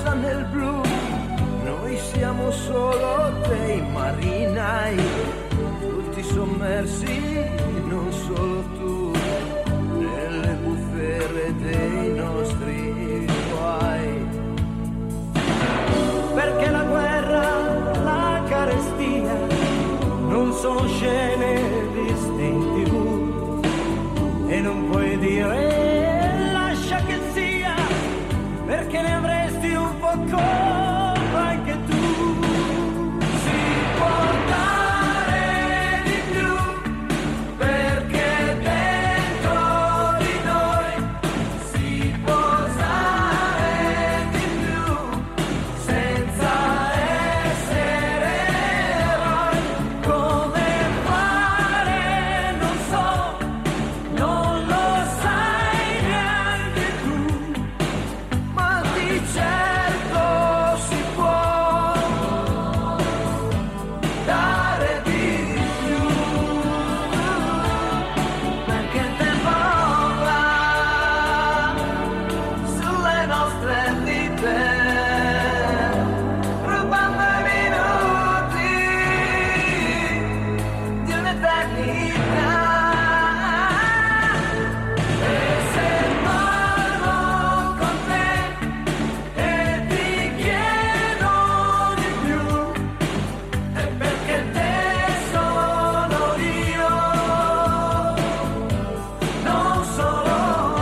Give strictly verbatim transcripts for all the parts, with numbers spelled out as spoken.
rossa nel blu, noi siamo solo dei marinai, tutti sommersi, non solo tu, nelle bufere dei nostri guai. Perché la guerra, la carestia non sono scene viste in tivù, e non puoi dire lascia che sia, perché ne avresti un po' colpa anche tu. Si può dare di più, perché dentro di noi si può usare di più, senza essere eroi. Come fare non so, non lo sai neanche tu, ma di certo si può dare di più, perché il tempo vola sulle nostre vite, rubando i minuti di un'eternità. E se parlo con te e ti chiedo di più, è perché te sono io, non solo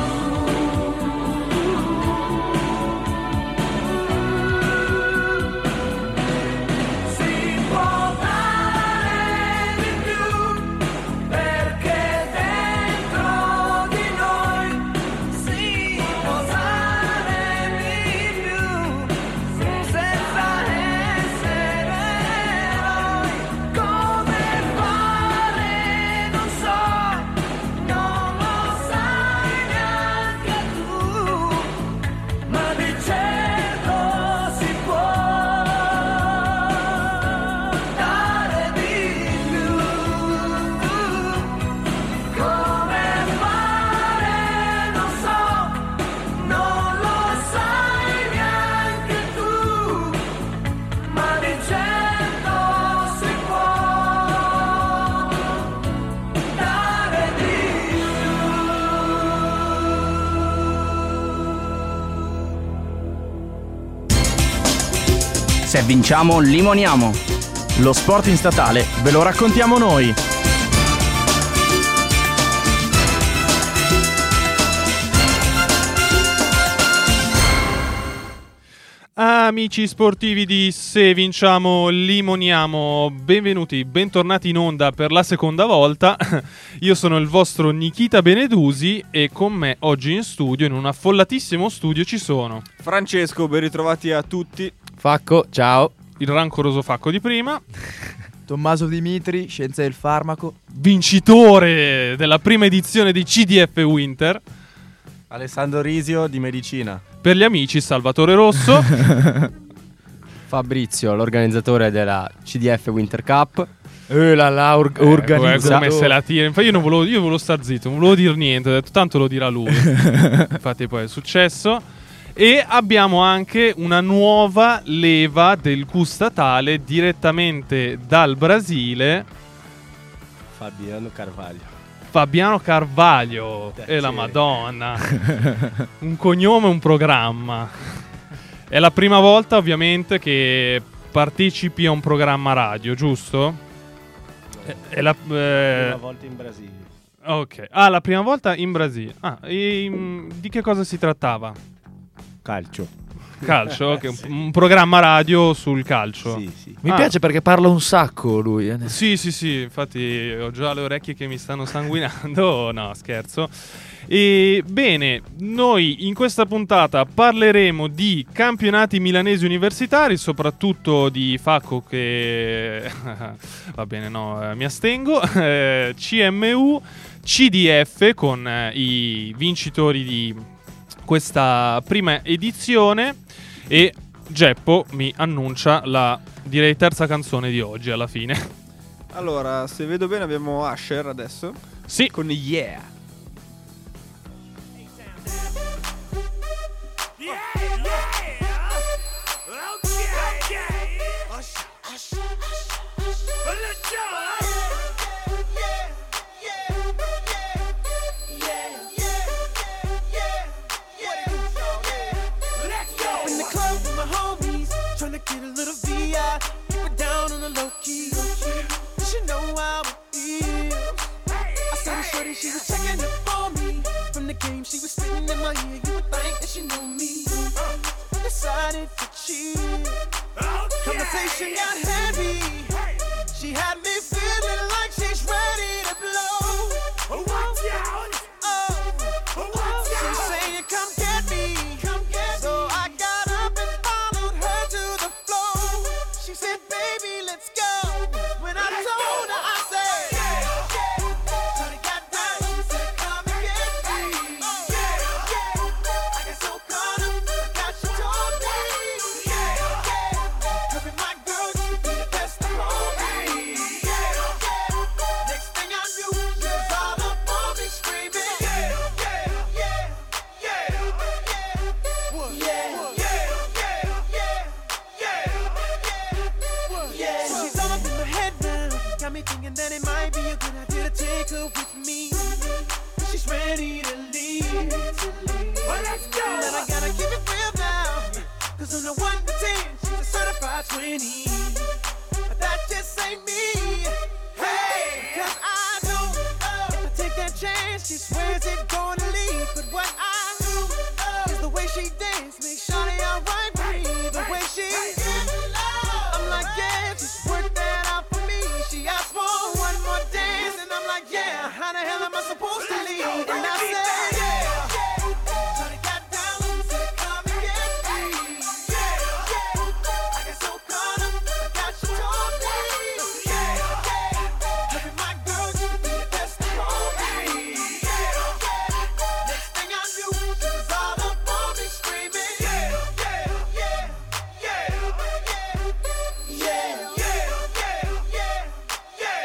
si può dare di più, perché dentro di noi si può usare di più, senza essere eroi. Come fare non so, non lo sai neanche tu, ma di certo si può dare di più. Come fare non so, non lo sai neanche tu, ma di certo si può dare di Se vinciamo, limoniamo. Lo sport in statale ve lo raccontiamo noi. Amici sportivi di Se Vinciamo Limoniamo, benvenuti, bentornati in onda per la seconda volta. Io sono il vostro Nikita Benedusi e con me oggi in studio, in un affollatissimo studio, ci sono Francesco, ben ritrovati a tutti. Facco, ciao. il rancoroso Facco di prima, Tommaso Dimitri, Scienze del Farmaco, vincitore della prima edizione di C D F Winter, Alessandro Risio di Medicina. per gli amici Salvatore Rosso, Fabrizio, l'organizzatore della C D F Winter Cup. eh la la or- ecco, organizzatore. come se la tira. Infatti io non volevo, io volevo star zitto, non volevo dire niente, ho detto tanto lo dirà lui. Infatti poi è successo. E abbiamo anche una nuova leva del Q statale direttamente dal Brasile, Fabiano Carvalho. Fabiano Carvalho. Da E la che- Madonna. Un cognome, un programma. È la prima volta ovviamente che partecipi a un programma radio, giusto? È- È la, eh, Una volta in Brasile. ok. Ah, la prima volta in Brasile. Ah, e, mm, di che cosa si trattava? Calcio. Calcio, ok, un, un programma radio sul calcio. Sì, sì. Mi Ah. piace perché parla un sacco lui. eh. Sì, sì, sì, infatti ho già le orecchie che mi stanno sanguinando. No, scherzo. E bene, noi in questa puntata parleremo di campionati milanesi universitari, soprattutto di Facco che va bene, no, eh, mi astengo, eh, C M U, C D F con eh, i vincitori di questa prima edizione e Geppo mi annuncia la, direi, terza canzone di oggi alla fine. Allora, se vedo bene abbiamo Asher adesso Sì, con Yeah. decided to cheat. Conversation got heavy. She had me feeling like she's ready to blow. Watch out! Oh, she's saying, "Come get me, come get me." So I got up and followed her to the floor. She said, "Baby, let's go." When I told her, I said, "Yeah, yeah." Shorty got down, she said, "Come and get me." Yeah, yeah. I got so caught up, forgot she told me. Yeah, yeah. Could be my girl, you could be the best of all me. Yeah, yeah. Next thing I knew, she was all up on me screaming. Yeah, yeah, yeah, yeah, yeah, yeah, yeah, yeah, yeah, yeah. She's all up in my head now, got me thinking that it might be a good idea to take her with me. She's ready to leave. Well, let's go. And I gotta keep it real now, cause on the one to ten, she's a certified twenty. But that just ain't me. Hey, cause I know uh, if I take that chance, she swears it's gonna leave. But what I do uh, is the way she dance makes shawty alright with me. The way she I'm like, yeah, just work that out for me. She asked for one more dance, and I'm like, yeah, how the hell am I supposed to leave? And I said, yeah. Shawty got down, said, "Come and get me." Yeah, yeah. I got so caught up, forgot she told me. Yeah, yeah. Could be my girl, you could be the best of all me. Yeah, yeah. Next thing I knew, she was all up on me screaming. Yeah, yeah, yeah, yeah, yeah, yeah, yeah, yeah,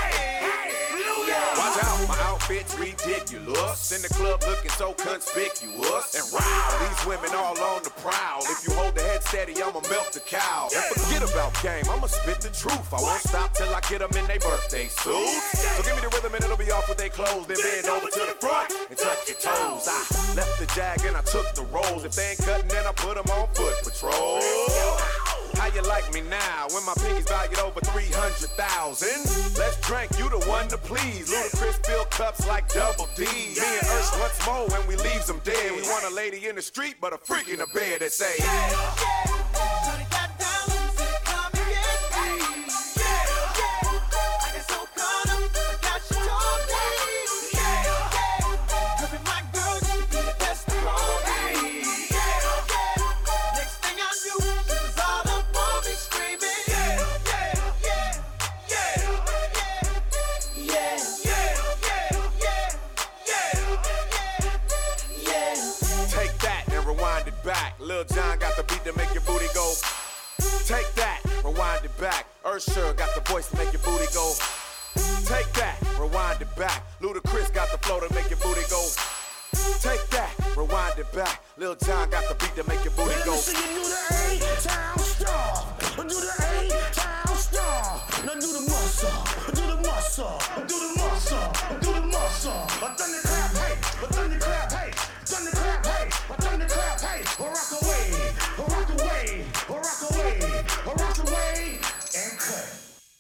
yeah, yeah. Watch out, my outfit's ridiculous. In the club looking so conspicuous. And wow, these women all on the prowl. If you hold the head steady, I'ma melt the cow. And forget about game, I'ma spit the truth. I won't stop till I get them in their birthday suits. So give me the rhythm and it'll be off with their clothes. Then bend over to the front and touch your toes. I left the jag and I took the rolls. If they ain't cutting, then I put them on foot patrol. How you like me now when my pinky's valued over three hundred thousand? Let's drink, you the one to please. Ludacris fill cups like double D. Me and Ursh once more when we leaves them dead. We want a lady in the street, but a freak in the bed that say, yeah, yeah. Shawty got down, said, "Come and get me." Yeah, yeah. I got so caught up, forgot she told me. Yeah, yeah. Could be my girl, you could be the best of all me. Yeah, yeah. Next thing I knew, she was all up on me screaming. Yeah, yeah, yeah, yeah, yeah, yeah, yeah, yeah, yeah. take that and rewind it back. Lil Jon got the beat to make your booty go. Take that, rewind it back. Usher got the voice to make your booty go. Take that, rewind it back. Ludacris got the flow to make your booty go. Take that, rewind it back. Lil Jon got the beat to make your booty go. Let me see you do the A-Town star. Do the A-Town star. Now do the muscle. Do the muscle. Do the muscle. Do the muscle. I done the clap, hey. I done the clap, hey. Done the clap, hey. I done the clap, hey. Or rock away. Or rock away. Or rock away. Or rock away. And cut.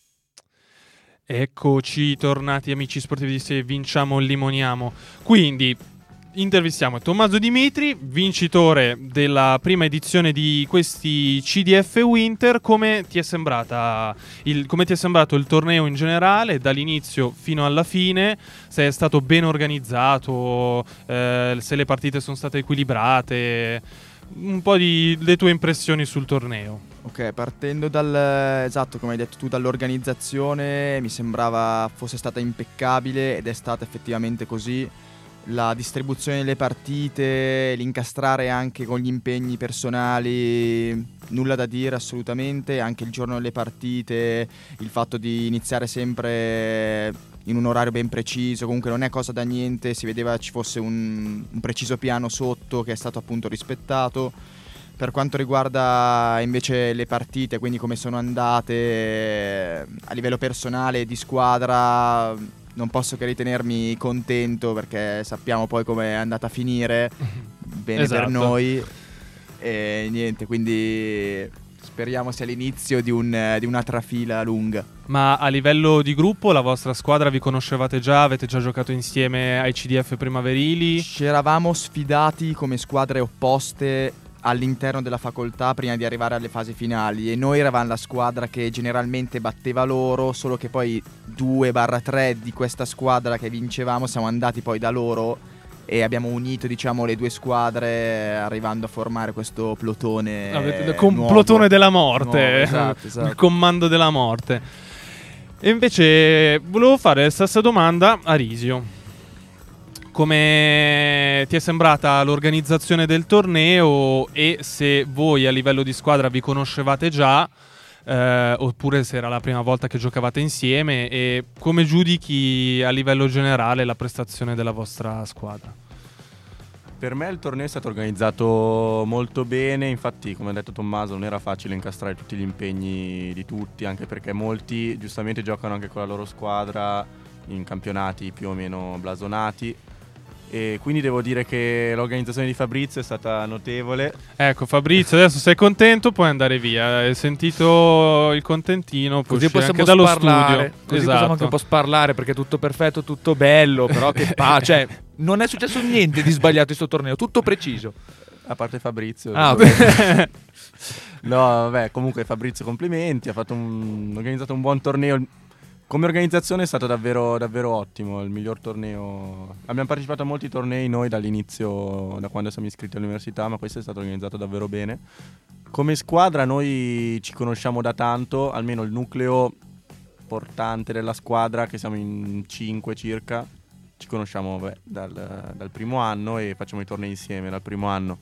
Eccoci tornati amici sportivi di Se Vinciamo Limoniamo. Quindi intervistiamo Tommaso Dimitri, vincitore della prima edizione di questi C D F Winter. Come ti è sembrata il, come ti è sembrato il torneo in generale dall'inizio fino alla fine? Se è stato ben organizzato, eh, se le partite sono state equilibrate, un po' di le tue impressioni sul torneo. Ok, partendo dal, esatto, come hai detto tu, dall'organizzazione, mi sembrava fosse stata impeccabile ed è stata effettivamente così. La distribuzione delle partite, l'incastrare anche con gli impegni personali, nulla da dire assolutamente. Anche il giorno delle partite, il fatto di iniziare sempre in un orario ben preciso, comunque non è cosa da niente, si vedeva ci fosse un, un preciso piano sotto che è stato appunto rispettato. Per quanto riguarda invece le partite, quindi come sono andate a livello personale e di squadra, non posso che ritenermi contento perché sappiamo poi come è andata a finire, bene Esatto. per noi e niente, quindi speriamo sia l'inizio di, un, di una trafila lunga. Ma a livello di gruppo la vostra squadra vi conoscevate già? Avete già giocato insieme ai C D F primaverili? Ci eravamo sfidati come squadre opposte all'interno della facoltà prima di arrivare alle fasi finali, e noi eravamo la squadra che generalmente batteva loro, solo che poi due tre di questa squadra che vincevamo siamo andati poi da loro e abbiamo unito, diciamo, le due squadre, arrivando a formare questo plotone Avete, con nuovo. plotone della morte, Nuovo, esatto, esatto. il comando della morte. E invece volevo fare la stessa domanda a Risio. Come ti è sembrata l'organizzazione del torneo, e se voi a livello di squadra vi conoscevate già, eh, oppure se era la prima volta che giocavate insieme, e come giudichi a livello generale la prestazione della vostra squadra? Per me il torneo è stato organizzato molto bene, infatti come ha detto Tommaso non era facile incastrare tutti gli impegni di tutti, anche perché molti giustamente giocano anche con la loro squadra in campionati più o meno blasonati. E quindi devo dire che l'organizzazione di Fabrizio è stata notevole. Ecco, Fabrizio, adesso sei contento, puoi andare via. Hai sentito il contentino, puoi Così uscire possiamo anche dallo sparlare. studio. Così Esatto. possiamo anche un po' sparlare, perché è tutto perfetto, tutto bello, però che pa- cioè non è successo niente di sbagliato in questo torneo, tutto preciso. A parte Fabrizio. Ah, ok. No, vabbè, comunque Fabrizio complimenti, ha fatto un, organizzato un buon torneo. Come organizzazione è stato davvero, davvero ottimo, il miglior torneo. Abbiamo partecipato a molti tornei noi dall'inizio, da quando siamo iscritti all'università, ma questo è stato organizzato davvero bene. Come squadra noi ci conosciamo da tanto, almeno il nucleo portante della squadra, che siamo in cinque circa, ci conosciamo beh, dal, dal primo anno e facciamo i tornei insieme dal primo anno.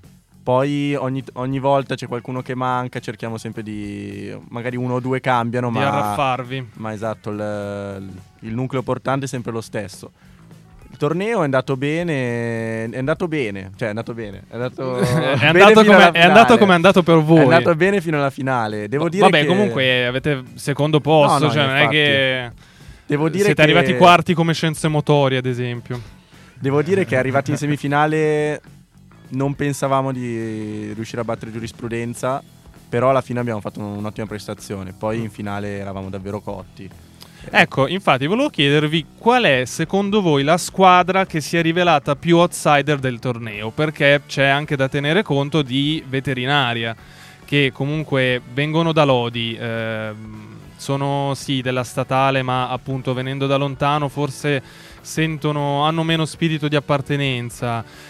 Poi ogni, ogni volta c'è qualcuno che manca, cerchiamo sempre di... magari uno o due cambiano, Di ma... arraffarvi. Ma esatto, il, il nucleo portante è sempre lo stesso. Il torneo è andato bene, è andato bene, cioè è andato bene. È andato, è, andato come, è andato come è andato per voi. È andato bene fino alla finale. Devo dire Vabbè, che... comunque avete secondo posto, No, no, cioè non è infatti. che... Devo dire siete che... arrivati quarti come scienze motorie, ad esempio. Devo dire che arrivati in semifinale non pensavamo di riuscire a battere giurisprudenza, però alla fine abbiamo fatto un'ottima prestazione. Poi in finale eravamo davvero cotti. Ecco, infatti volevo chiedervi qual è secondo voi la squadra che si è rivelata più outsider del torneo, perché c'è anche da tenere conto di Veterinaria, che comunque vengono da Lodi, ehm, sono sì della statale, ma appunto venendo da lontano forse sentono, hanno meno spirito di appartenenza,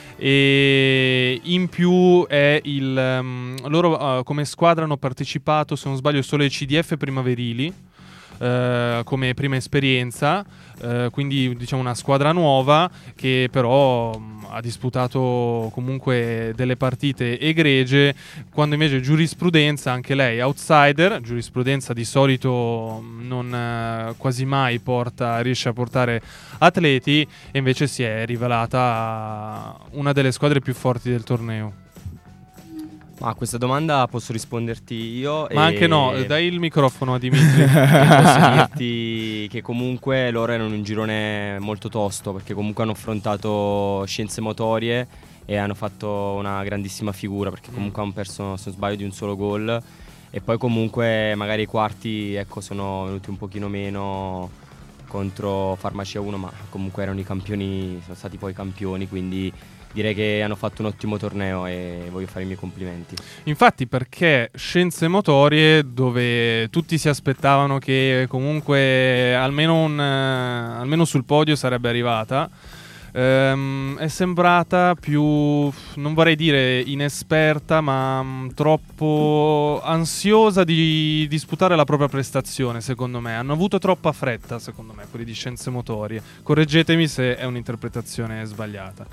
e in più è il um, loro uh, come squadra hanno partecipato, se non sbaglio, solo ai C D F primaverili uh, come prima esperienza, uh, quindi diciamo una squadra nuova che però um, ha disputato comunque delle partite egregie, quando invece giurisprudenza, anche lei outsider, giurisprudenza di solito non uh, quasi mai porta, riesce a portare atleti, e invece si è rivelata una delle squadre più forti del torneo. Ma a questa domanda posso risponderti io. Ma e... anche no, dai il microfono a Dimitri. Posso dirti che comunque loro erano in un girone molto tosto, perché comunque hanno affrontato scienze motorie e hanno fatto una grandissima figura, perché comunque hanno perso, se non sbaglio, di un solo gol. E poi comunque magari i quarti, ecco, sono venuti un pochino meno contro Farmacia uno, ma comunque erano i campioni, sono stati poi campioni, quindi direi che hanno fatto un ottimo torneo e voglio fare i miei complimenti. Infatti, perché scienze motorie, dove tutti si aspettavano che comunque almeno, un, eh, almeno sul podio sarebbe arrivata, ehm, è sembrata più, non vorrei dire inesperta, ma mh, troppo ansiosa di disputare la propria prestazione, secondo me. Hanno avuto troppa fretta, secondo me, quelli di scienze motorie. Correggetemi se è un'interpretazione sbagliata.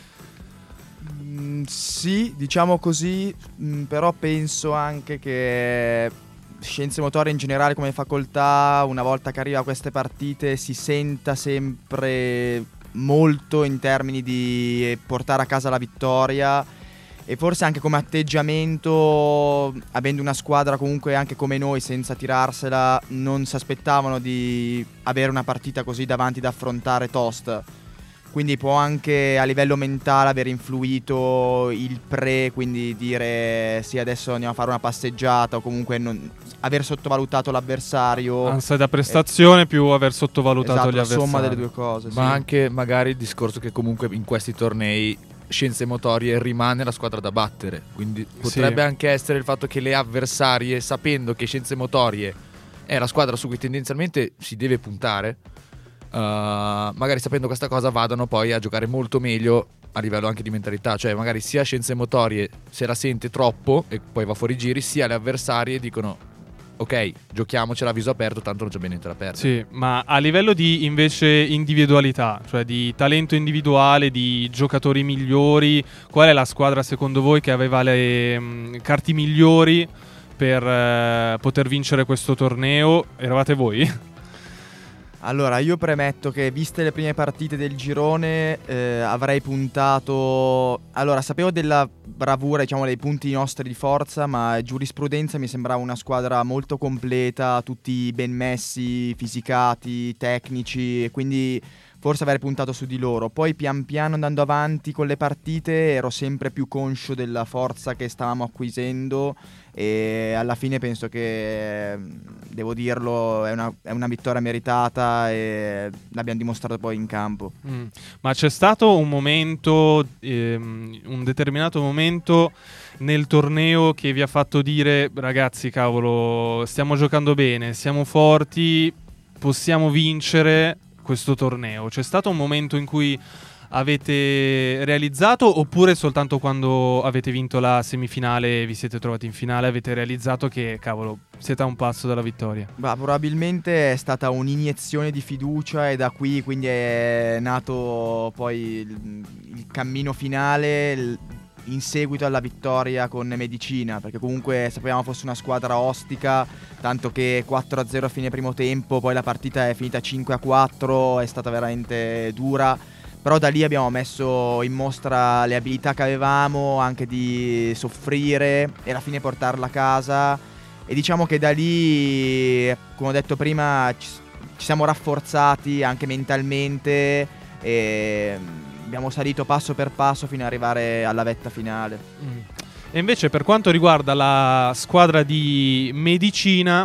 Mm, sì, diciamo così, mm, però penso anche che scienze motorie in generale come facoltà, una volta che arriva a queste partite, si senta sempre molto in termini di portare a casa la vittoria, e forse anche come atteggiamento, avendo una squadra comunque anche come noi senza tirarsela, non si aspettavano di avere una partita così davanti da affrontare tosta. Quindi può anche a livello mentale aver influito il pre, quindi dire sì, adesso andiamo a fare una passeggiata, o comunque non, aver sottovalutato l'avversario. Ansia da prestazione eh, più aver sottovalutato esatto, gli la avversari. somma delle due cose. Ma sì. anche magari il discorso che comunque in questi tornei Scienze Motorie rimane la squadra da battere, quindi potrebbe Sì. anche essere il fatto che le avversarie, sapendo che Scienze Motorie è la squadra su cui tendenzialmente si deve puntare, uh, magari sapendo questa cosa vadano poi a giocare molto meglio a livello anche di mentalità, cioè magari sia Scienze Motorie se la sente troppo e poi va fuori giri, sia le avversarie dicono ok, giochiamocela a viso aperto, tanto non c'è ben niente da perdere. Sì, ma a livello di invece individualità, cioè di talento individuale, di giocatori migliori, qual è la squadra secondo voi che aveva le mh, carte migliori per eh, poter vincere questo torneo? Eravate voi? Allora, io premetto che viste le prime partite del girone eh, avrei puntato... Allora, sapevo della bravura, diciamo, dei punti nostri di forza, ma Giurisprudenza mi sembrava una squadra molto completa, tutti ben messi, fisicati, tecnici, e quindi forse avrei puntato su di loro. Poi pian piano andando avanti con le partite ero sempre più conscio della forza che stavamo acquisendo e alla fine penso che, devo dirlo, è una, è una vittoria meritata e l'abbiamo dimostrato poi in campo. Mm. Ma c'è stato un momento, ehm, un determinato momento nel torneo che vi ha fatto dire ragazzi, cavolo, stiamo giocando bene, siamo forti, possiamo vincere questo torneo? C'è stato un momento in cui avete realizzato, oppure soltanto quando avete vinto la semifinale e vi siete trovati in finale avete realizzato che, cavolo, siete a un passo dalla vittoria? Bah, probabilmente è stata un'iniezione di fiducia e da qui quindi è nato poi il, il cammino finale il, in seguito alla vittoria con Medicina, perché comunque sapevamo fosse una squadra ostica, tanto che quattro a zero a fine primo tempo, poi la partita è finita cinque a quattro, è stata veramente dura, però da lì abbiamo messo in mostra le abilità che avevamo, anche di soffrire e alla fine portarla a casa, e diciamo che da lì, come ho detto prima, ci, ci siamo rafforzati anche mentalmente e abbiamo salito passo per passo fino ad arrivare alla vetta finale. Mm. E invece per quanto riguarda la squadra di Medicina,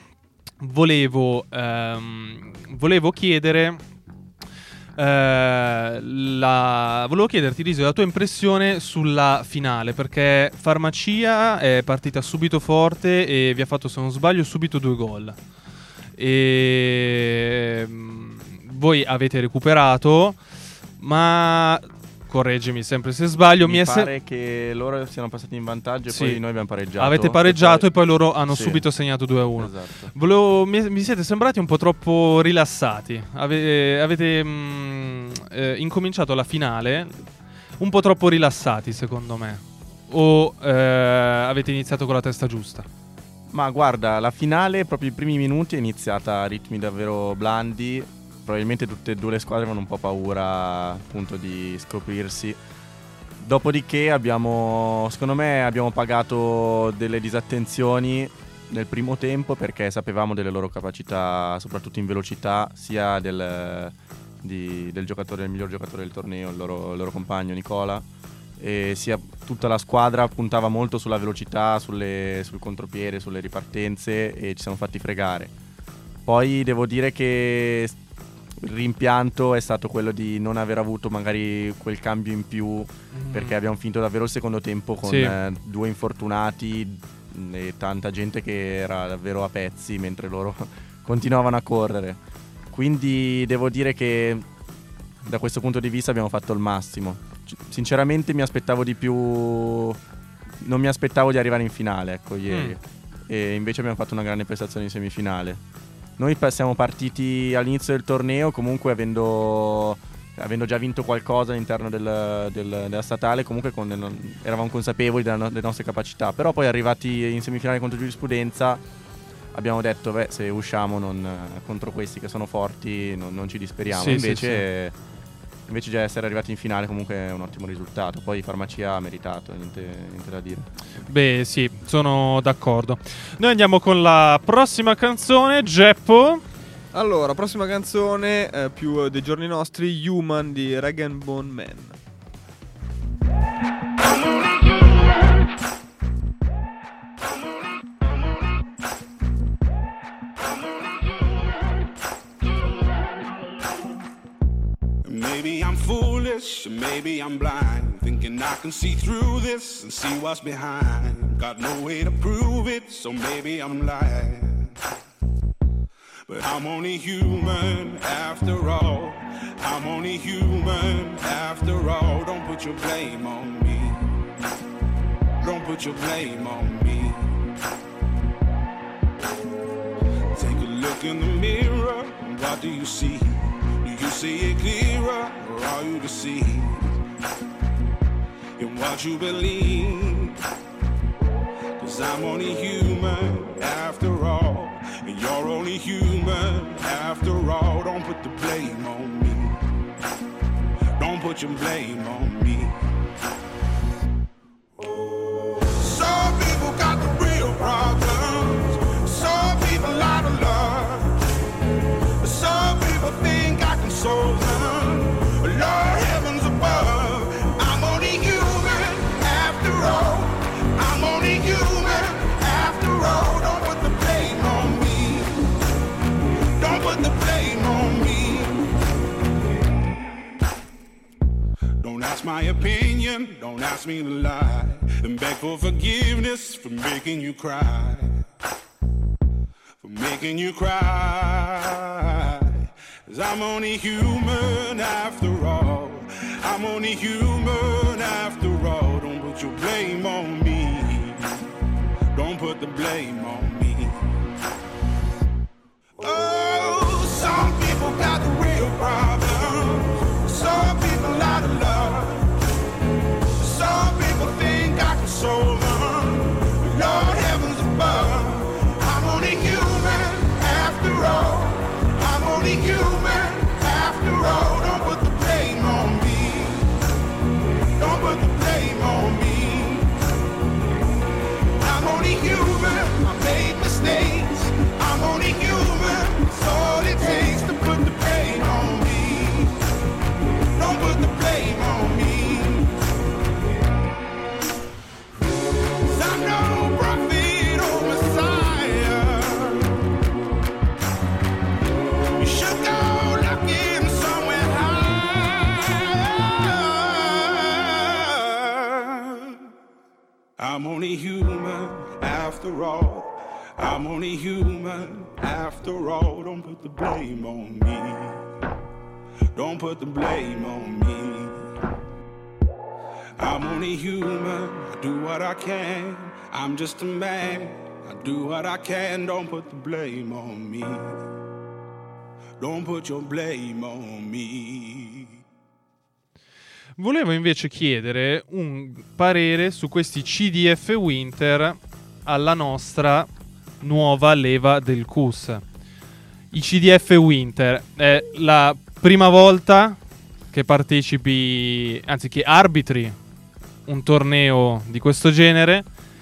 volevo, ehm, volevo chiedere eh, la, volevo chiederti, Risio, la tua impressione sulla finale, perché Farmacia è partita subito forte e vi ha fatto, se non sbaglio, subito due gol. E voi avete recuperato, ma correggimi sempre se sbaglio. Mi, mi è pare se- che loro siano passati in vantaggio Sì. e poi noi abbiamo pareggiato. Avete pareggiato e poi, e poi loro hanno sì. subito segnato due a uno. Esatto. Volevo, mi, mi siete sembrati un po' troppo rilassati. Ave, avete mh, eh, incominciato la finale un po' troppo rilassati, secondo me. O eh, avete iniziato con la testa giusta? Ma guarda, la finale, proprio i primi minuti, è iniziata a ritmi davvero blandi. Probabilmente tutte e due le squadre avevano un po' paura, appunto, di scoprirsi. Dopodiché abbiamo, secondo me, abbiamo pagato delle disattenzioni nel primo tempo, perché sapevamo delle loro capacità, soprattutto in velocità, sia del, di, del giocatore, del miglior giocatore del torneo, il loro, il loro compagno Nicola, e sia tutta la squadra puntava molto sulla velocità, sulle, sul contropiede, sulle ripartenze, e ci siamo fatti fregare. Poi devo dire che il rimpianto è stato quello di non aver avuto magari quel cambio in più, mm. perché abbiamo finito davvero il secondo tempo con sì. eh, due infortunati e tanta gente che era davvero a pezzi mentre loro continuavano a correre. Quindi devo dire che da questo punto di vista abbiamo fatto il massimo. Sinceramente mi aspettavo di più, non mi aspettavo di arrivare in finale, ecco, ieri. Mm. E invece abbiamo fatto una grande prestazione in semifinale. Noi siamo partiti all'inizio del torneo comunque avendo, avendo già vinto qualcosa all'interno del, del, della statale, comunque con, non, eravamo consapevoli della, delle nostre capacità, però poi arrivati in semifinale contro Giurisprudenza abbiamo detto beh, se usciamo non, contro questi che sono forti non, non ci disperiamo. Sì, invece, sì, sì. invece già essere arrivati in finale comunque è un ottimo risultato. Poi Farmacia ha meritato, niente, niente da dire. Beh sì, sono d'accordo. Noi andiamo con la prossima canzone, Geppo. Allora, prossima canzone, eh, più dei giorni nostri, Human di Rag and Bone Man. Maybe I'm foolish foolish, maybe I'm blind, thinking I can see through this and see what's behind. Got no way to prove it, so maybe I'm lying. But I'm only human after all. I'm only human after all. Don't put your blame on me. Don't put your blame on me. Take a look in the mirror, what do you see? Do you see it clearer, or are you deceived in what you believe? 'Cause I'm only human after all, and you're only human after all. Don't put the blame on me. Don't put your blame on me. Some people got the real problems. Some people out of love. Some people think I can solve them. Lord heavens above, I'm only human after all. I'm only human after all. Don't put the blame on me. Don't put the blame on me. Don't ask my opinion, don't ask me to lie, then beg for forgiveness for making you cry, for making you cry. 'Cause I'm only human after all. I'm only human after all. Don't put your blame on me. Don't put the blame on me. Oh, some people got the real problems. Some people out of love. Some people think I can solve them. Lord heavens above, I'm only human after all. I'm only human after all. Don't put the blame on me. Don't put the blame on me. I'm only human. I made mistakes. I'm only human. It's all it takes to put the blame on me. Don't put the blame on me. 'Cause I'm no prophet or Messiah. You should go looking somewhere higher. I'm only human after all. I'm only human after all. Don't put the blame on me. Don't put the blame on me. I'm only human. I do what I can. I'm just a man. I do what I can. Don't put the blame on me. Don't put your blame on me. Volevo invece chiedere un parere su questi C D F Winter alla nostra nuova leva del C U S. I C D F Winter è la prima volta che partecipi, anzi che arbitri un torneo di questo genere,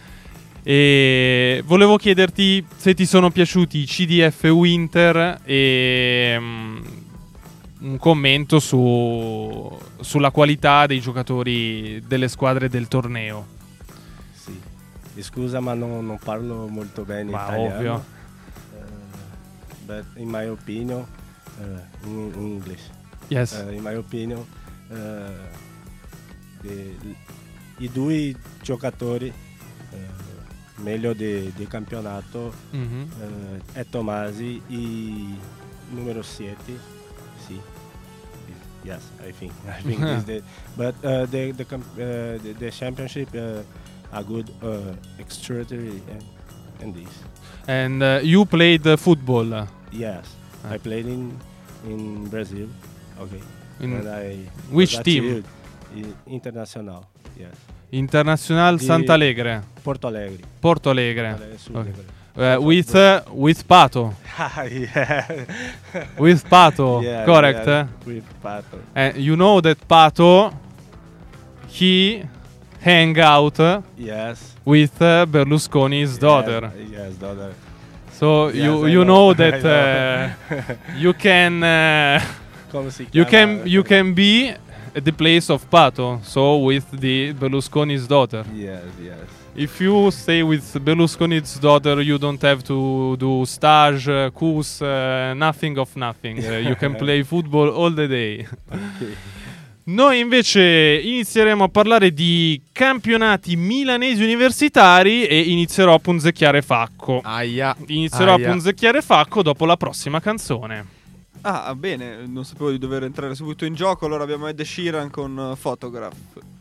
e volevo chiederti se ti sono piaciuti i C D F Winter e um, un commento su, sulla qualità dei giocatori delle squadre del torneo. Sì, scusa ma non, non parlo molto bene ma italiano. Ovvio. Uh, but in my opinion, uh, in, in English. Yes. Uh, in my opinion, uh, the, i due giocatori uh, meglio del campionato mm-hmm. uh, è Tomasi e numero sette. Sì. Yes, I think. I think this the, but uh, the the, uh, the the championship uh, are good, uh, extraordinary, and, and this. And uh, you played uh, football? Yes, ah. I played in in Brazil. Okay. In and I which team? International. Yes. International Sant'Alegre. Porto Alegre. Porto Alegre. Porto Alegre. Okay. Uh, with uh, with Pato. Yeah. With Pato, yeah, correct? Yeah, with Pato. And you know that Pato, he hang out yes. with uh, Berlusconi's yes, daughter. Yes, daughter. So yes, you I you know, know that know. uh, you can uh, si you chiama? can you can be at the place of Pato. So with the Berlusconi's daughter. Yes, yes. If you stay with Berlusconi's daughter, you don't have to do stage, uh, course, uh, nothing of nothing. Uh, you can play football all the day. Okay. Noi invece inizieremo a parlare di campionati milanesi universitari e inizierò a punzecchiare Facco. Aia. Inizierò Aia. a punzecchiare Facco dopo la prossima canzone. Ah, bene, non sapevo di dover entrare subito in gioco. Allora abbiamo Ed Sheeran con uh, Photograph.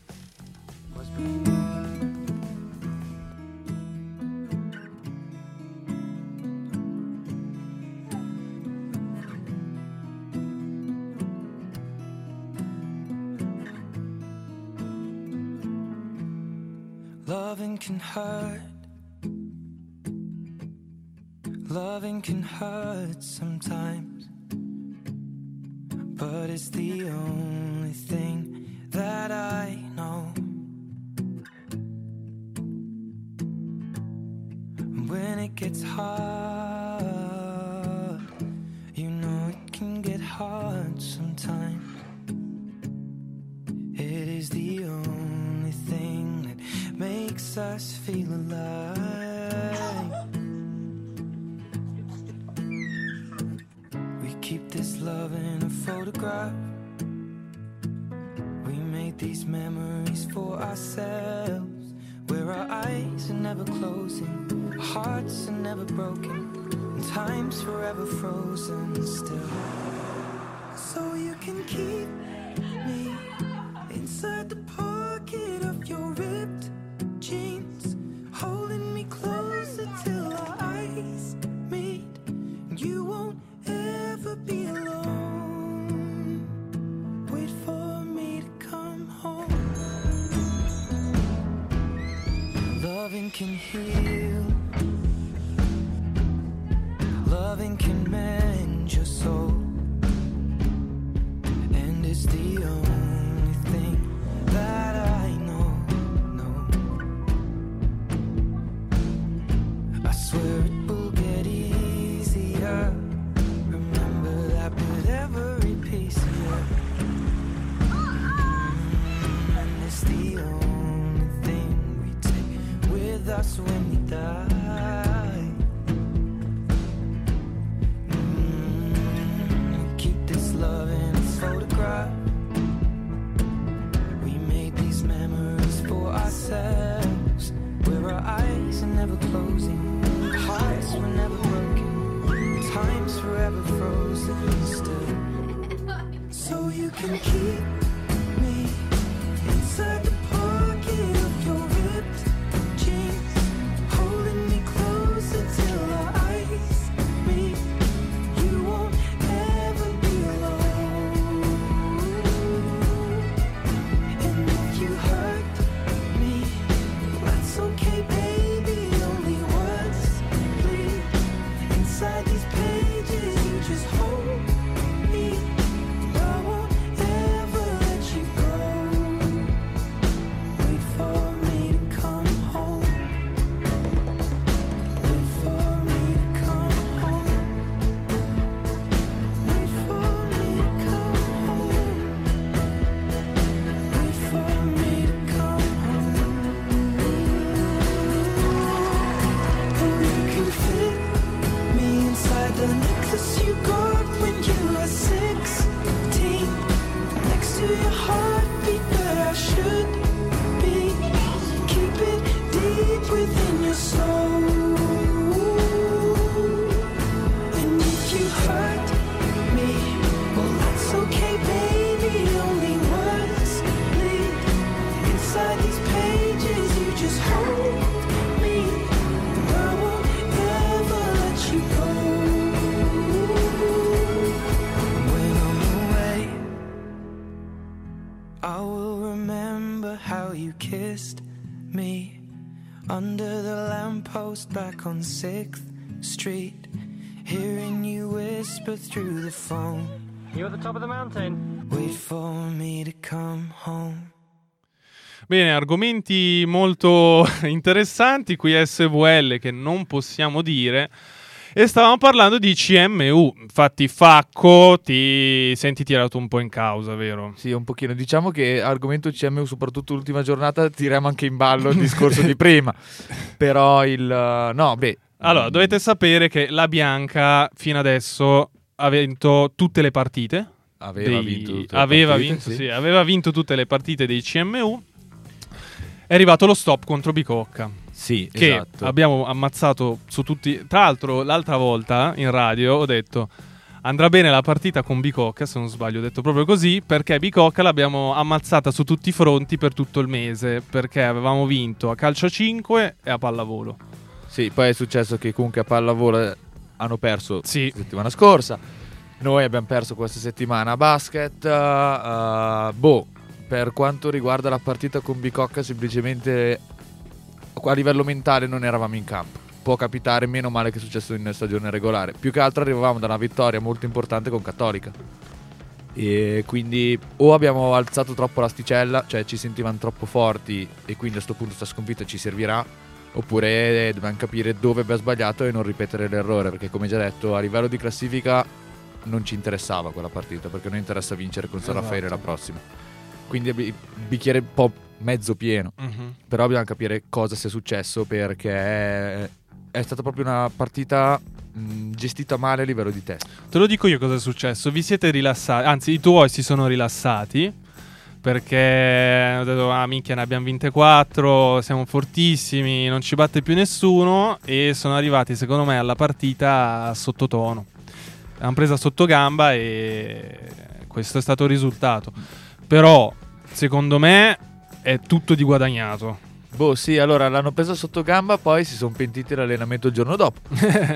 Loving can hurt. Loving can hurt sometimes, but it's the only thing that I know. When it gets hard, you know it can get hard sometimes. It is the only thing that makes us feel alive. We keep this love in a photograph. We made these memories for ourselves, where our eyes are never closing, our hearts are never broken, and time's forever frozen still. So you can keep me inside the pocket of your ripped jeans, holding me closer till our eyes meet. You won't ever be alone. Wait for me to come home. Loving can heal. Loving can mend your soul. And it's the only thing that I know, no. I swear it will get easier. Remember that with every piece of you. Mm, and it's the only thing we take with us when we die. Mm, we keep this love in its photograph. Memories for ourselves, where our eyes are never closing, our hearts were never broken, time's forever frozen still. So you can keep me inside the pocket of your ripped jeans, holding me closer till our eyes meet. You won't ever be alone. You hurt me, that's okay, baby. Only words bleed inside these pages. You just hold me. I won't ever let you go. Wait for me to come home. Wait for me to come home. Wait for me to come home. Wait for me to come home. Oh, you can fit me inside the necklace you got when you were sixteen, next to your heartbeat where I should be. Keep it deep within your soul. And if you hurt me, well, that's okay, baby. Only words bleed inside these pages. You just hold me. I won't ever let you go. When I'm away, I will remember how you kissed me under the lamppost back on sixth Street, hearing you whisper through the phone. You're at the top of the mountain. Wait for me to come home. Bene, argomenti molto interessanti qui a S V L che non possiamo dire. E stavamo parlando di C M U. Infatti Facco ti senti tirato un po' in causa, vero? Sì, un pochino. Diciamo che argomento C M U, soprattutto l'ultima giornata, tiriamo anche in ballo il discorso di prima. Però il... no, beh... Allora, dovete sapere che la Bianca fino adesso ha vinto tutte le partite. aveva dei- vinto tutte le aveva partite, vinto, sì. sì, aveva vinto tutte le partite dei C M U. È arrivato lo stop contro Bicocca. Sì, che esatto. abbiamo ammazzato su tutti. Tra l'altro, l'altra volta in radio ho detto: andrà bene la partita con Bicocca, se non sbaglio, ho detto proprio così, perché Bicocca l'abbiamo ammazzata su tutti i fronti per tutto il mese, perché avevamo vinto a calcio a cinque e a pallavolo. Sì, poi è successo che comunque a pallavolo hanno perso Sì. la settimana scorsa. Noi abbiamo perso questa settimana a basket. uh, boh, per quanto riguarda la partita con Bicocca, semplicemente a livello mentale non eravamo in campo. Può capitare, meno male che è successo in stagione regolare. Più che altro arrivavamo da una vittoria molto importante con Cattolica. E quindi o abbiamo alzato troppo l'asticella, cioè ci sentivamo troppo forti e quindi a sto punto sta sconfitta ci servirà, oppure dobbiamo capire dove abbiamo sbagliato e non ripetere l'errore, perché come già detto a livello di classifica non ci interessava quella partita, perché non interessa vincere con San Esatto. Raffaele la prossima. Quindi il bicchiere un po' mezzo pieno. Mhm. Però dobbiamo capire cosa sia successo, perché è stata proprio una partita mh, gestita male a livello di testa. Te lo dico io cosa è successo. Vi siete rilassati, anzi i tuoi si sono rilassati, perché hanno detto ah minchia ne abbiamo vinte quattro, siamo fortissimi, non ci batte più nessuno, e sono arrivati secondo me alla partita sottotono. L'hanno presa sotto gamba e questo è stato il risultato. Però secondo me è tutto di guadagnato. Boh, sì, allora l'hanno presa sotto gamba, poi si sono pentiti l'allenamento il giorno dopo.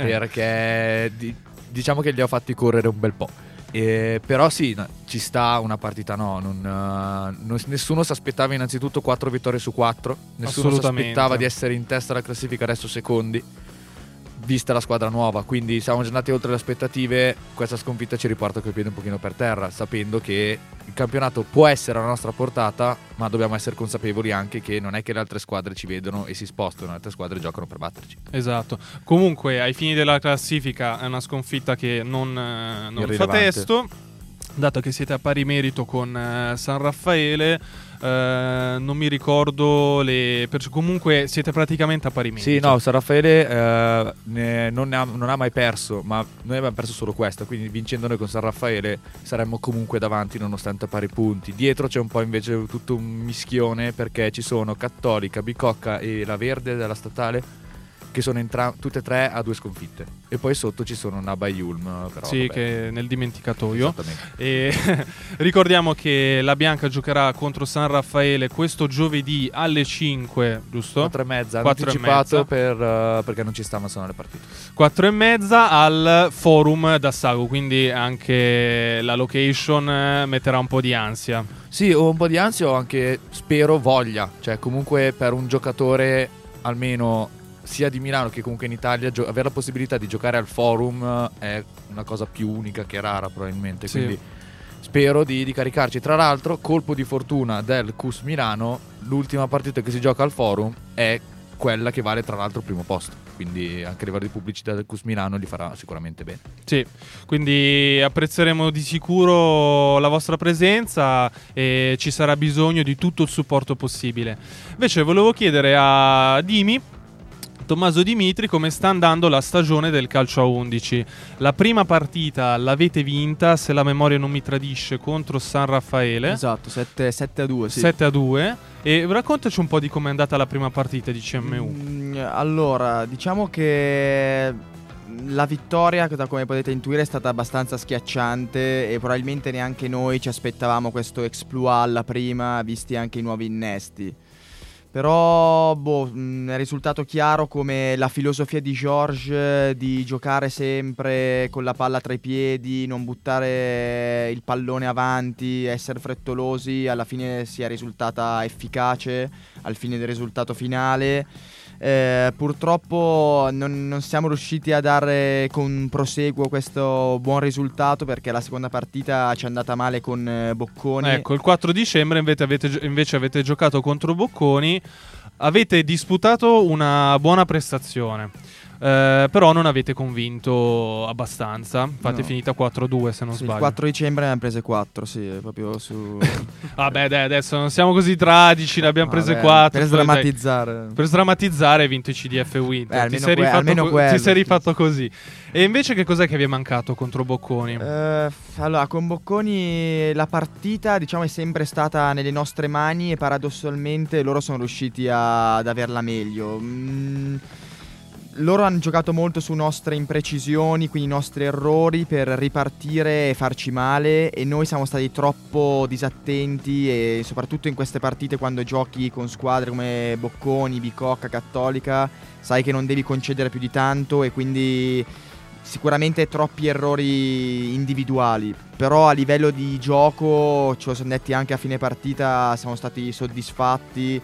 Perché di- diciamo che li ho fatti correre un bel po'. E, però sì, no, ci sta una partita, no. Non, uh, non- nessuno si aspettava innanzitutto quattro vittorie su quattro. Nessuno si Assolutamente. aspettava di essere in testa alla classifica, adesso secondi, vista la squadra nuova. Quindi siamo già andati oltre le aspettative. Questa sconfitta ci riporta coi piedi un pochino per terra, sapendo che il campionato può essere alla nostra portata, ma dobbiamo essere consapevoli anche che non è che le altre squadre ci vedono e si spostano, le altre squadre giocano per batterci. Esatto. Comunque, ai fini della classifica, è una sconfitta che non, eh, non fa Irrilevante. testo. Dato che siete a pari merito con eh, San Raffaele, eh, non mi ricordo le. perciò comunque siete praticamente a pari merito. Sì, no, San Raffaele eh, ne- non, ne ha, non ha mai perso, ma noi abbiamo perso solo questa, quindi vincendo noi con San Raffaele saremmo comunque davanti nonostante a pari punti. Dietro c'è un po' invece tutto un mischione, perché ci sono Cattolica, Bicocca e la Verde della statale, che sono entra- tutte e tre a due sconfitte. E poi sotto ci sono Naba e Ulm, però Sì, vabbè. che è nel dimenticatoio. Esattamente. E ricordiamo che la Bianca giocherà contro San Raffaele questo giovedì alle cinque, giusto? quattro e mezza, hanno quattro e anticipato mezza. per, eh, perché non ci stavano sono le partite. quattro e mezza al forum d'Assago, quindi anche la location eh, metterà un po' di ansia. Sì, ho un po' di ansia, ho anche, spero, voglia. Cioè, comunque per un giocatore, almeno sia di Milano che comunque in Italia, gio- avere la possibilità di giocare al forum eh, è una cosa più unica che rara probabilmente. Sì. Quindi spero di, di caricarci. Tra l'altro, colpo di fortuna del C U S Milano, l'ultima partita che si gioca al forum è quella che vale tra l'altro il primo posto. Quindi anche a livello di pubblicità del C U S Milano gli farà sicuramente bene. Sì, quindi apprezzeremo di sicuro la vostra presenza e ci sarà bisogno di tutto il supporto possibile. Invece volevo chiedere a Dimi, Tommaso Dimitri, come sta andando la stagione del calcio a undici. La prima partita l'avete vinta, se la memoria non mi tradisce, contro San Raffaele. Esatto, sette a due, sì. sette a due. E raccontaci un po' di com'è andata la prima partita di C M U. Mm, allora, diciamo che la vittoria, da come potete intuire, è stata abbastanza schiacciante e probabilmente neanche noi ci aspettavamo questo exploit alla prima, visti anche i nuovi innesti. Però boh, mh, è risultato chiaro come la filosofia di Georges di giocare sempre con la palla tra i piedi, non buttare il pallone avanti, essere frettolosi, alla fine sia risultata efficace al fine del risultato finale. Eh, purtroppo non, non siamo riusciti a dare con proseguo questo buon risultato, perché la seconda partita ci è andata male con eh, Bocconi. Ecco, il quattro dicembre invece avete, gio- invece avete giocato contro Bocconi, avete disputato una buona prestazione. Eh, però non avete convinto abbastanza. Infatti No. è finita quattro a due se non Sì, il sbaglio. quattro dicembre ne abbiamo prese quattro, sì, proprio su... Vabbè, dai, adesso non siamo così tragici, ne abbiamo prese Vabbè, quattro. per poi, dai, sdrammatizzare. per sdrammatizzare hai vinto i C D F Winter. Beh, ti, almeno sei que- rifatto almeno co- quello, ti sei sì. rifatto così. E invece che cos'è che vi è mancato contro Bocconi? Eh, allora, con Bocconi la partita, diciamo, è sempre stata nelle nostre mani e paradossalmente loro sono riusciti a- ad averla meglio. Mm, loro hanno giocato molto su nostre imprecisioni, quindi i nostri errori per ripartire e farci male, e noi siamo stati troppo disattenti, e soprattutto in queste partite quando giochi con squadre come Bocconi, Bicocca, Cattolica, sai che non devi concedere più di tanto e quindi sicuramente troppi errori individuali, però a livello di gioco, ce lo siamo detti anche a fine partita, siamo stati soddisfatti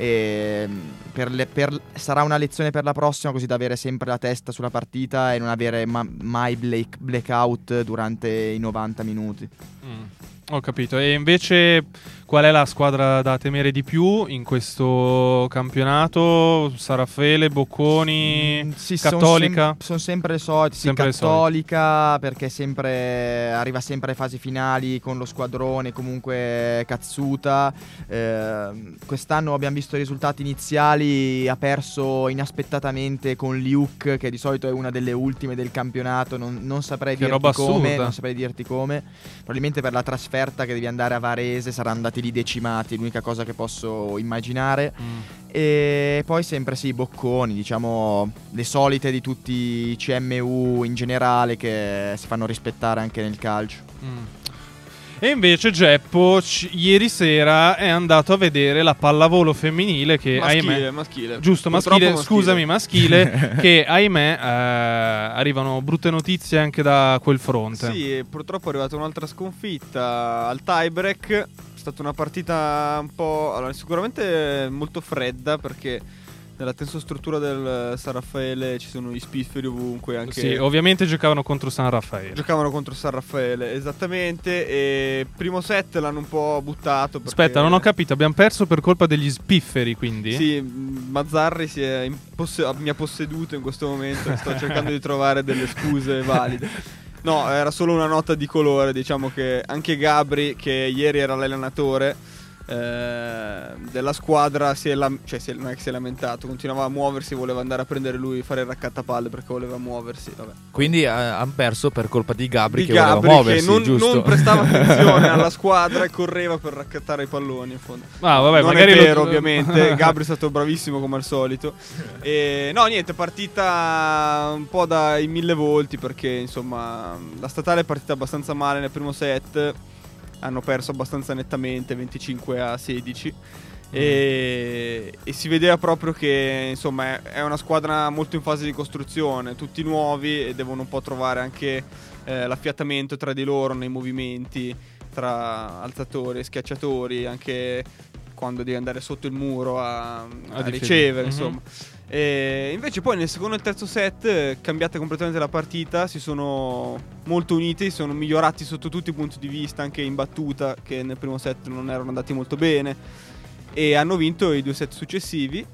e per le- per- sarà una lezione per la prossima, così da avere sempre la testa sulla partita e non avere ma- mai black- blackout durante i novanta minuti. Mm, ho capito. E invece qual è la squadra da temere di più in questo campionato? San Raffaele, Bocconi, Mm, sì, Cattolica? Sono sem- son sempre le solite, sì, Sempre le solite. Cattolica perché sempre arriva sempre alle fasi finali con lo squadrone, comunque cazzuta. Eh, quest'anno abbiamo visto i risultati iniziali, ha perso inaspettatamente con Liuk, che di solito è una delle ultime del campionato, non, non saprei Che dirti roba come, assurda. non saprei dirti come. Probabilmente per la trasferta che devi andare a Varese saranno andati lì decimati, l'unica cosa che posso immaginare. Mm. E poi sempre sì, Bocconi, diciamo le solite di tutti i C M U in generale che si fanno rispettare anche nel calcio. Mm. E invece Geppo c- ieri sera è andato a vedere la pallavolo femminile che Maschile, ahimè maschile. giusto Purtroppo maschile, maschile. scusami maschile che ahimè eh, arrivano brutte notizie anche da quel fronte. Sì, e purtroppo è arrivata un'altra sconfitta al tiebreak. È stata una partita un po', allora, sicuramente molto fredda, perché nella tensostruttura del San Raffaele ci sono gli spifferi ovunque, anche Sì, ovviamente giocavano contro San Raffaele. giocavano contro San Raffaele, esattamente. E primo set l'hanno un po' buttato perché... Aspetta, non ho capito, abbiamo perso per colpa degli spifferi, quindi? Sì, mh, Mazzarri si è in posse- mi ha posseduto in questo momento e sto cercando di trovare delle scuse valide. No, era solo una nota di colore. Diciamo che anche Gabri, che ieri era l'allenatore eh, della squadra, si è lam- cioè si è- non è che si è lamentato, continuava a muoversi, voleva andare a prendere lui, fare il raccattapalle perché voleva muoversi. Vabbè. Quindi eh, hanno perso per colpa di Gabri Di che Gabri, voleva muoversi, che non, giusto? non prestava attenzione alla squadra e correva per raccattare i palloni in fondo. Ah, vabbè, non magari è lo- vero, ovviamente. Gabri è stato bravissimo come al solito. E, no, niente, partita un po' dai mille volti, perché insomma la statale è partita abbastanza male nel primo set. Hanno perso abbastanza nettamente, venticinque a sedici. E, e si vedeva proprio che insomma è, è una squadra molto in fase di costruzione, tutti nuovi, e devono un po' trovare anche eh, l'affiatamento tra di loro nei movimenti, tra alzatori e schiacciatori, anche quando devi andare sotto il muro a, a difendere. ricevere, Mhm. insomma. E invece poi nel secondo e il terzo set eh, cambiata completamente la partita, si sono molto uniti, si sono migliorati sotto tutti i punti di vista, anche in battuta, che nel primo set non erano andati molto bene, e hanno vinto i due set successivi.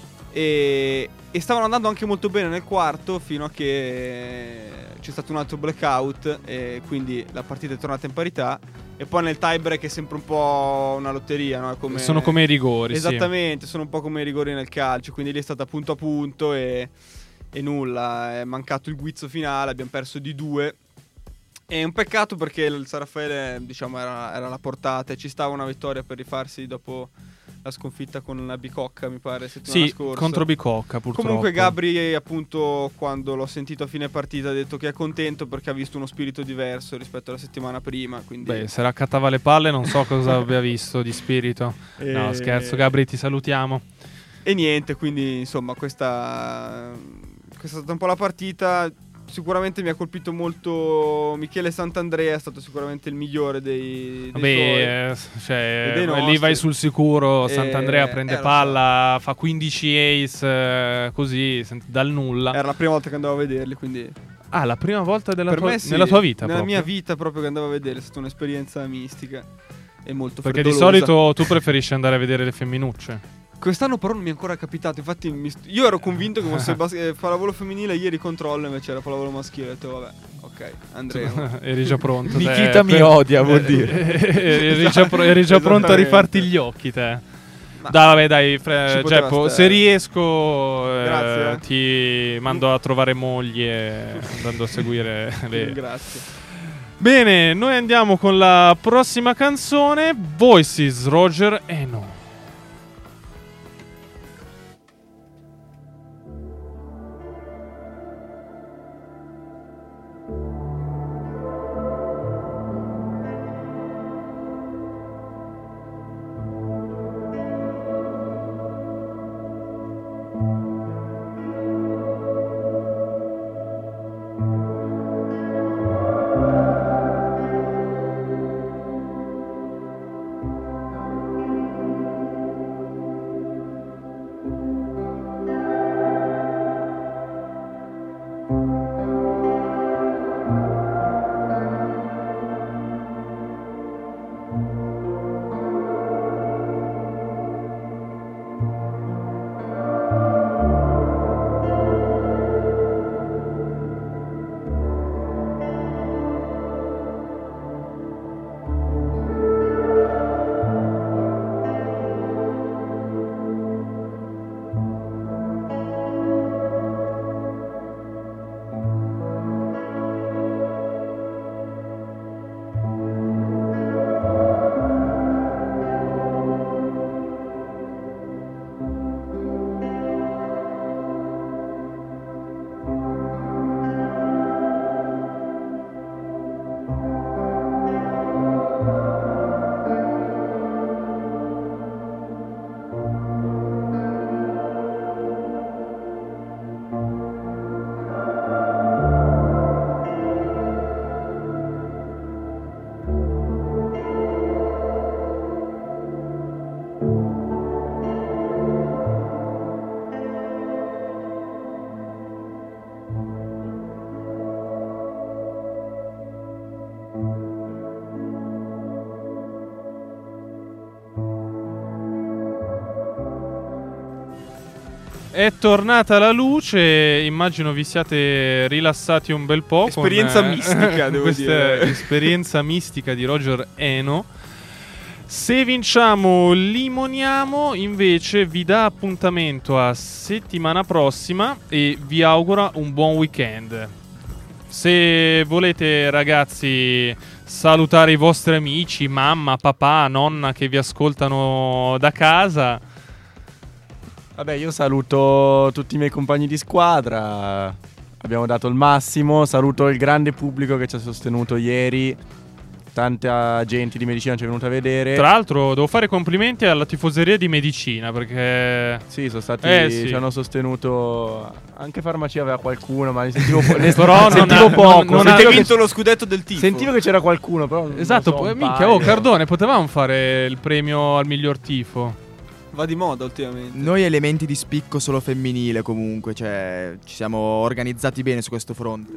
E, e stavano andando anche molto bene nel quarto, fino a che c'è stato un altro blackout e quindi la partita è tornata in parità. E poi nel tiebreak è sempre un po' una lotteria, no? È come... Sono come i rigori, sì. Esattamente, sono un po' come i rigori nel calcio, quindi lì è stata punto a punto e, e nulla, è mancato il guizzo finale, abbiamo perso di due. È un peccato perché il San Raffaele, diciamo, era, era alla portata e ci stava una vittoria per rifarsi dopo la sconfitta con la Bicocca, mi pare, settimana Sì, scorsa. contro Bicocca, purtroppo. Comunque Gabri, appunto, quando l'ho sentito a fine partita, ha detto che è contento perché ha visto uno spirito diverso rispetto alla settimana prima, quindi... Beh, se raccattava le palle non so cosa abbia visto di spirito. No, E- scherzo, Gabri, ti salutiamo. E niente, quindi insomma questa, questa è stata un po' la partita. Sicuramente mi ha colpito molto Michele Sant'Andrea, è stato sicuramente il migliore dei, dei Vabbè, suoi. eh, cioè, E dei eh, lì nostri. vai sul sicuro. E- Sant'Andrea prende eh, lo so. palla, fa quindici ace eh, così, sen- dal nulla. Era la prima volta che andavo a vederli, quindi... Ah, la prima volta della per tua, me sì, nella tua vita nella proprio? mia vita proprio che andavo a vedere, è stata un'esperienza mistica e molto Perché di freddolosa. solito tu preferisci andare a vedere le femminucce. Quest'anno però non mi è ancora capitato. Infatti mi st- io ero convinto che fosse bas- eh, pallavolo femminile. Ieri controllo, invece era pallavolo maschile. Ho detto vabbè, ok, andremo. Eri già pronto. Nikita te, mi per- odia, vuol dire. eri già, pro- eri già pronto a rifarti gli occhi, te. Ma dai, vabbè, dai, fre- ci poteva Geppo, stare. se riesco, eh, Grazie, eh. ti mando a trovare moglie andando a seguire le. Grazie. Bene, noi andiamo con la prossima canzone, Voices, Roger Eno. È tornata la luce, immagino vi siate rilassati un bel po'. Esperienza con, eh, mistica, devo questa dire. esperienza mistica di Roger Eno. Se vinciamo limoniamo, invece vi dà appuntamento a settimana prossima e vi augura un buon weekend. Se volete, ragazzi, salutare i vostri amici, mamma, papà, nonna che vi ascoltano da casa. Vabbè, io saluto tutti i miei compagni di squadra. Abbiamo dato il massimo. Saluto il grande pubblico che ci ha sostenuto ieri. Tanta gente di medicina ci è venuta a vedere. Tra l'altro devo fare complimenti alla tifoseria di medicina, perché sì, sono stati eh, sì. ci hanno sostenuto. Anche farmacia aveva qualcuno, ma ne sentivo, po- ne però sentivo non ha, poco. non, non Avete ha vinto lo scudetto del tifo. Sentivo che c'era qualcuno, però non esatto, so, poi, un minchia, paio. oh Cardone, potevamo fare il premio al miglior tifo. Va di moda ultimamente. Noi elementi di spicco solo femminile comunque, cioè ci siamo organizzati bene su questo fronte.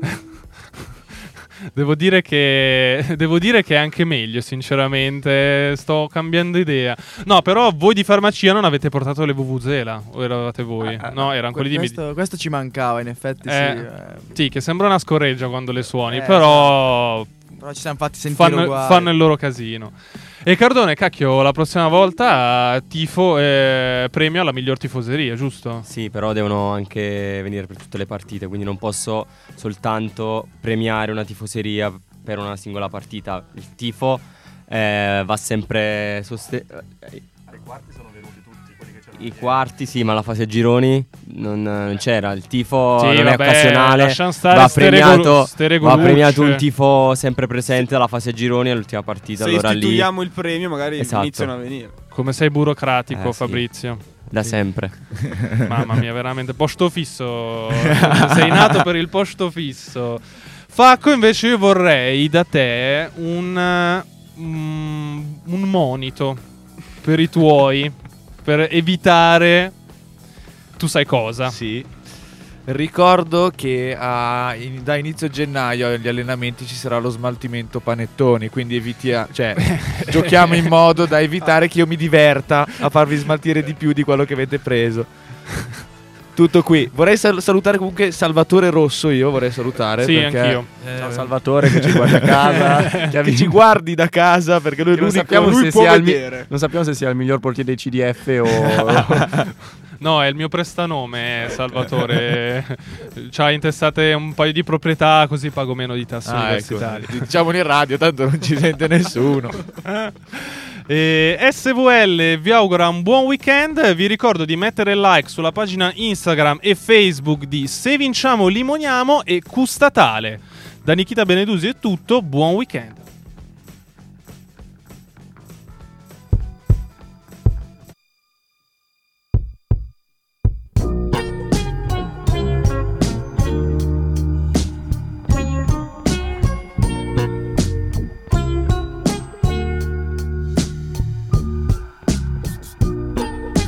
Devo dire che devo dire che è anche meglio, sinceramente. Sto cambiando idea. No, però voi di farmacia non avete portato le vuvuzela, o eravate voi? Ah, no, erano quelli di questo, medicina. questo ci mancava, in effetti. Eh, sì, eh. sì, che sembra una scorreggia quando le suoni, Eh, però Però ci siamo fatti sentire fanno, uguali. fanno il loro casino. E Cardone, cacchio, la prossima volta tifo eh, premio alla miglior tifoseria, giusto? Sì, però devono anche venire per tutte le partite, quindi non posso soltanto premiare una tifoseria per una singola partita. Il tifo eh, va sempre sostenuto. Ai quarti sono venuti tutti quelli che c'erano. I quarti sì, ma la fase a gironi non, non c'era. Il tifo Sì, non vabbè, è occasionale. lasciamo stare Va ste premiato, regolu- ste va regolucce. premiato un tifo sempre presente dalla fase a gironi all'ultima partita. Se allora lì istituiamo il premio, magari Esatto. iniziano a venire. Come sei burocratico, Eh, sì. Fabrizio. da sempre. Mamma mia, veramente posto fisso. Sei nato per il posto fisso. Facco, invece io vorrei da te un mm, un monito per i tuoi, per evitare tu sai cosa. Sì. Ricordo che a, in, da inizio gennaio agli allenamenti ci sarà lo smaltimento panettoni, quindi evitia, cioè, giochiamo in modo da evitare che io mi diverta a farvi smaltire di più di quello che avete preso. Tutto qui. Vorrei sal- salutare comunque Salvatore Rosso, io vorrei salutare. Sì, perché, anch'io. eh, Ciao Salvatore che ci guarda a casa. che ci guardi da casa perché lui è non l'unico sappiamo, lui se può sia il mi- vedere. non sappiamo se sia il miglior portiere dei C D F o... No, è il mio prestanome, Salvatore. C'ha intestate un paio di proprietà, così pago meno di tasse Ah, universitarie. ecco. Diciamolo in radio, tanto non ci sente nessuno. E S V L vi augura un buon weekend. Vi ricordo di mettere like sulla pagina Instagram e Facebook di Se Vinciamo Limoniamo e Custatale. Da Nikita Benedusi è tutto, buon weekend.